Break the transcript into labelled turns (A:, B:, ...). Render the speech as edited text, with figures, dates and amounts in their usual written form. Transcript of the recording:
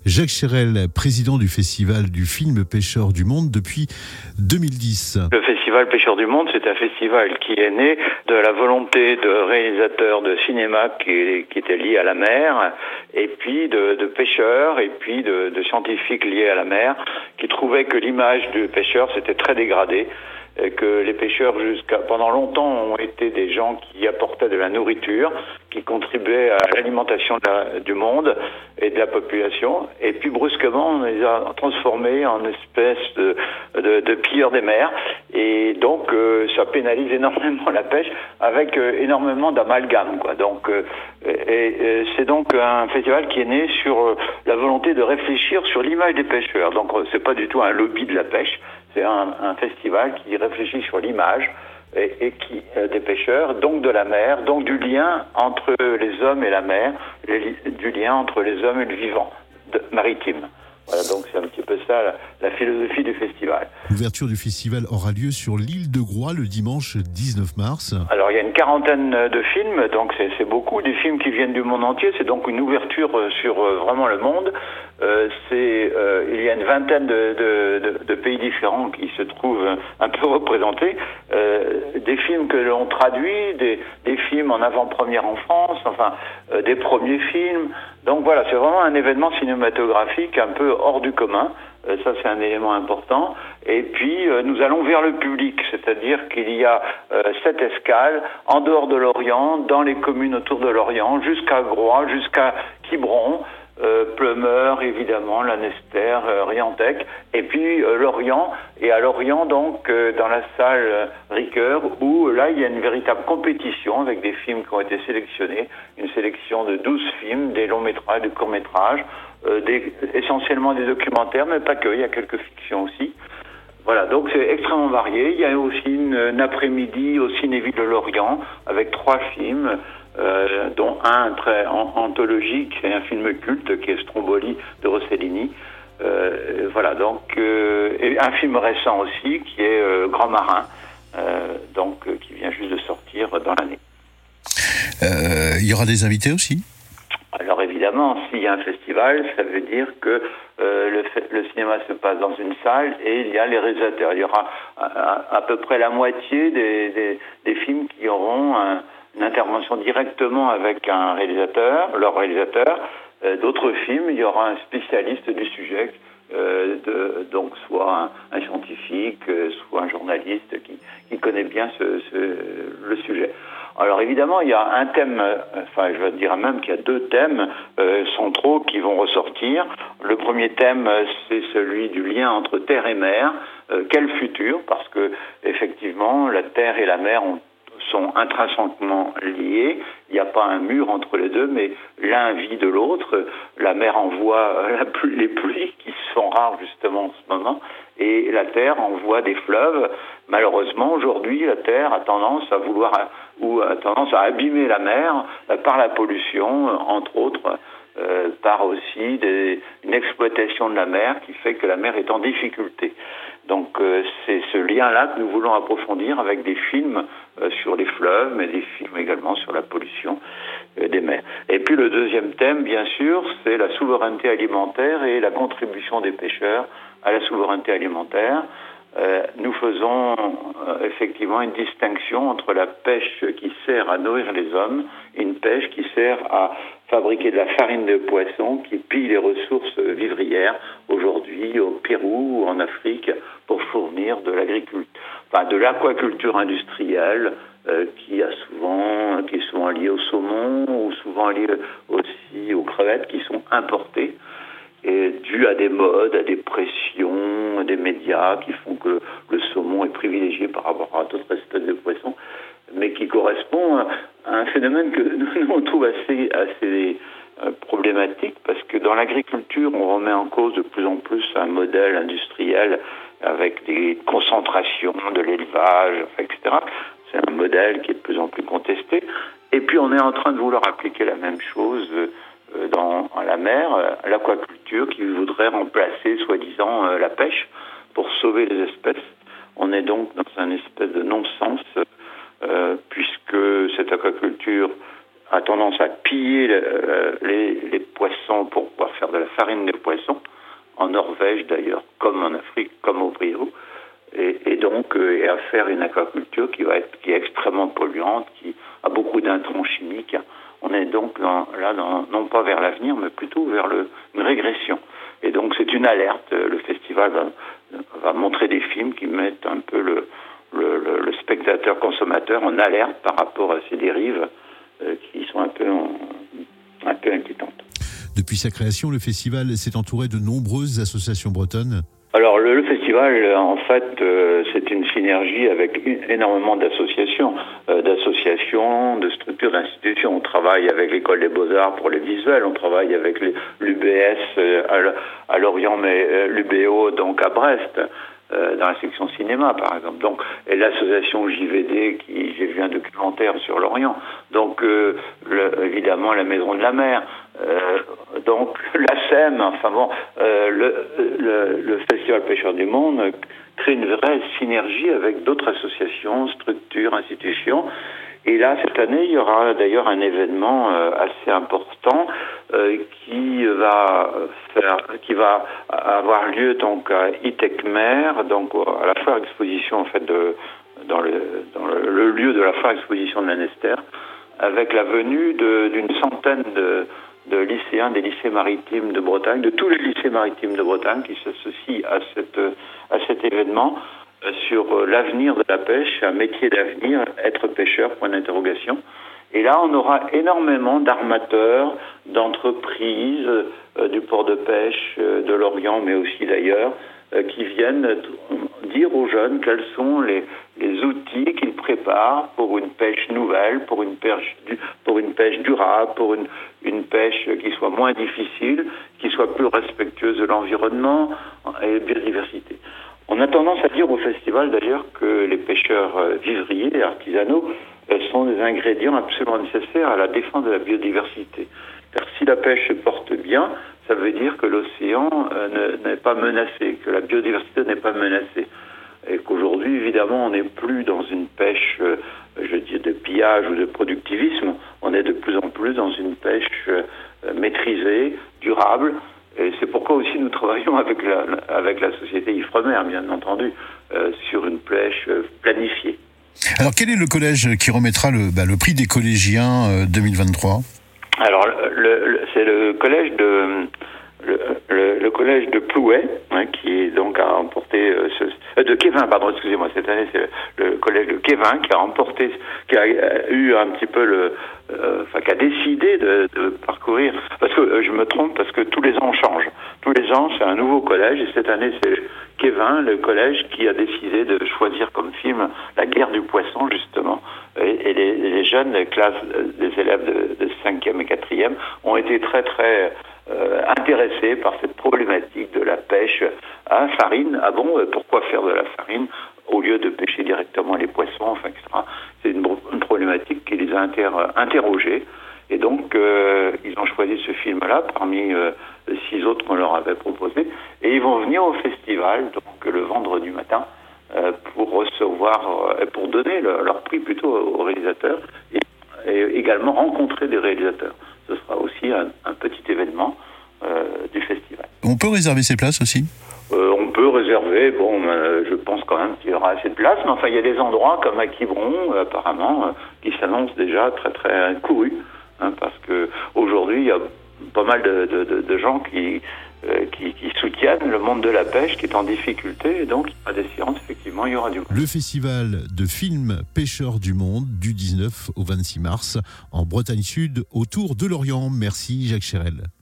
A: Jacques Chérel, président du Festival du film Pêcheurs du Monde depuis 2010.
B: Le Festival Pêcheurs du Monde, c'est un festival qui est né de la volonté de réalisateurs de cinéma qui étaient liés à la mer, et puis de pêcheurs, et puis de scientifiques liés à la mer, qui trouvaient que l'image du pêcheur s'était très dégradée. Et que les pêcheurs pendant longtemps ont été des gens qui apportaient de la nourriture, qui contribuaient à l'alimentation du monde et de la population. Et puis brusquement, on les a transformés en espèces de pilleurs des mers. Et donc, ça pénalise énormément la pêche avec énormément d'amalgame, quoi. Donc, c'est donc un festival qui est né sur la volonté de réfléchir sur l'image des pêcheurs. Donc, c'est pas du tout un lobby de la pêche. C'est un festival qui réfléchit sur l'image des pêcheurs, donc de la mer, donc du lien entre les hommes et la mer, du lien entre les hommes et le vivant maritime. Voilà, donc c'est un petit peu ça la philosophie du festival.
A: L'ouverture du festival aura lieu sur l'île de Groix le dimanche 19 mars.
B: Alors il y a une quarantaine de films, donc c'est beaucoup, des films qui viennent du monde entier, c'est donc une ouverture sur vraiment le monde. Il y a une vingtaine de pays différents qui se trouvent un peu représentés, des films que l'on traduit, des films en avant-première en France, enfin des premiers films. Donc voilà, c'est vraiment un événement cinématographique un peu hors du commun. Ça, c'est un élément important. Et puis, nous allons vers le public, c'est-à-dire qu'il y a 7 escales en dehors de Lorient, dans les communes autour de Lorient, jusqu'à Groix, jusqu'à Quiberon, Pleumeur, évidemment, Lanester, Riantec, et puis Lorient. Et à Lorient, donc, dans la salle Ricoeur, où là, il y a une véritable compétition avec des films qui ont été sélectionnés, une sélection de 12 films, des longs métrages, des courts métrages, essentiellement des documentaires, mais pas que, il y a quelques fictions aussi. Voilà, donc c'est extrêmement varié. Il y a aussi un après-midi au Cinéville de Lorient avec 3 films, dont un très anthologique, c'est un film culte qui est Stromboli de Rossellini. Voilà, donc et un film récent aussi qui est Grand Marin, qui vient juste de sortir dans l'année.
A: Il y aura des invités aussi ?
B: Alors évidemment, s'il y a un festival, ça veut dire que le cinéma se passe dans une salle et il y a les réalisateurs. Il y aura à peu près la moitié des films qui auront une intervention directement avec leur réalisateur. D'autres films, il y aura un spécialiste du sujet, donc soit un scientifique, soit un journaliste qui connaît bien le sujet. Alors évidemment, il y a un thème, je vais dire même qu'il y a 2 thèmes centraux qui vont ressortir. Le premier thème, c'est celui du lien entre terre et mer. Quel futur ? Parce que effectivement, la terre et la mer sont intrinsèquement liés. Il n'y a pas un mur entre les deux, mais l'un vit de l'autre. La mer envoie les pluies qui sont rares justement en ce moment, et la terre envoie des fleuves. Malheureusement, aujourd'hui, la terre a tendance à abîmer la mer par la pollution, entre autres, par aussi une exploitation de la mer qui fait que la mer est en difficulté. Donc c'est ce lien-là que nous voulons approfondir avec des films sur les fleuves, mais des films également sur la pollution des mers. Et puis le deuxième thème, bien sûr, c'est la souveraineté alimentaire et la contribution des pêcheurs à la souveraineté alimentaire. Nous faisons effectivement une distinction entre la pêche qui sert à nourrir les hommes et une pêche qui sert à fabriquer de la farine de poisson qui pille les ressources vivrières aujourd'hui au Pérou ou en Afrique pour fournir de de l'aquaculture industrielle qui est souvent liée au saumon ou souvent liée aussi aux crevettes qui sont importées. Et dû à des modes, à des pressions, des médias qui font que le saumon est privilégié par rapport à d'autres espèces de poissons, mais qui correspond à un phénomène que nous on trouve assez problématique, parce que dans l'agriculture, on remet en cause de plus en plus un modèle industriel avec des concentrations de l'élevage, etc. C'est un modèle qui est de plus en plus contesté. Et puis on est en train de vouloir appliquer la même chose dans la mer, l'aquaculture qui voudrait remplacer soi-disant la pêche pour sauver les espèces. On est donc dans un espèce de non-sens puisque cette aquaculture a tendance à piller les poissons pour pouvoir faire de la farine de poisson, en Norvège d'ailleurs, comme en Afrique, comme au Bréau, et donc à faire une aquaculture qui est extrêmement polluante, qui a beaucoup d'intrants chimiques. On est donc non pas vers l'avenir, mais plutôt vers une régression. Et donc c'est une alerte. Le festival va montrer des films qui mettent un peu le spectateur consommateur en alerte par rapport à ces dérives qui sont un peu inquiétantes.
A: Depuis sa création, le festival s'est entouré de nombreuses associations bretonnes.
B: Alors le festival, en fait, c'est une synergie avec énormément d'associations, de structures, d'institutions. On travaille avec l'École des Beaux-Arts pour les visuels, on travaille avec l'UBS à Lorient, mais l'UBO donc à Brest, dans la section cinéma par exemple. Donc, et l'association JVD, j'ai vu un documentaire sur Lorient. Donc évidemment la Maison de la Mer. Donc la SEM, enfin bon, le Festival Pêcheurs du Monde crée une vraie synergie avec d'autres associations, structures, institutions. Et là, cette année, il y aura d'ailleurs un événement assez important qui va avoir lieu donc à Itechmer, donc à la foire exposition en fait dans le lieu de la foire exposition de l'Annester, avec la venue d'une centaine de lycéens des lycées maritimes de Bretagne, de tous les lycées maritimes de Bretagne qui s'associent à cet événement sur l'avenir de la pêche, un métier d'avenir, être pêcheur, point d'interrogation. Et là, on aura énormément d'armateurs, d'entreprises du port de pêche de Lorient, mais aussi d'ailleurs, qui viennent dire aux jeunes quels sont les outils qu'ils préparent pour une pêche nouvelle, pour une pêche durable, pour une pêche qui soit moins difficile, qui soit plus respectueuse de l'environnement et de biodiversité. On a tendance à dire au festival d'ailleurs que les pêcheurs vivriers et artisanaux sont des ingrédients absolument nécessaires à la défense de la biodiversité. Car si la pêche se porte bien, ça veut dire que l'océan n'est pas menacé, que la biodiversité n'est pas menacée. Et qu'aujourd'hui, évidemment, on n'est plus dans une pêche, je dis, de pillage ou de productivisme. On est de plus en plus dans une pêche maîtrisée, durable. Et c'est pourquoi aussi nous travaillons avec la société Ifremer, bien entendu, sur une pêche planifiée.
A: Alors, quel est le collège qui remettra le prix des collégiens 2023 ?
B: Alors, c'est le collège le collège de Plouay, qui donc a remporté de Kévin, pardon, excusez-moi, cette année c'est le collège de Kévin qui a remporté, qui a eu un petit peu qui a décidé de parcourir, parce que je me trompe, parce que tous les ans on change. Tous les ans c'est un nouveau collège, et cette année c'est Kévin, le collège qui a décidé de choisir comme film La guerre du poisson, justement. Et les jeunes classes des élèves de 5e et 4e ont été très très intéressés par cette problématique de la pêche à farine. Ah bon, pourquoi faire de la farine au lieu de pêcher directement les poissons, enfin, etc. C'est une problématique qui les a interrogés. Et donc, ils ont choisi ce film-là parmi 6 autres qu'on leur avait proposés. Et ils vont venir au festival, donc le vendredi matin, pour recevoir, pour donner leur prix plutôt aux réalisateurs et également rencontrer des réalisateurs. Ce sera aussi un petit événement du festival.
A: On peut réserver ses places aussi ?
B: On peut réserver, je pense quand même qu'il y aura assez de place, mais enfin il y a des endroits comme à Quiberon, apparemment, qui s'annoncent déjà très très courus, parce que aujourd'hui il y a pas mal de gens qui soutiennent le monde de la pêche qui est en difficulté, et donc il y a des séances, effectivement, il y aura du monde.
A: Le festival de films Pêcheurs du Monde du 19 au 26 mars en Bretagne Sud, autour de Lorient. Merci Jacques Chérel.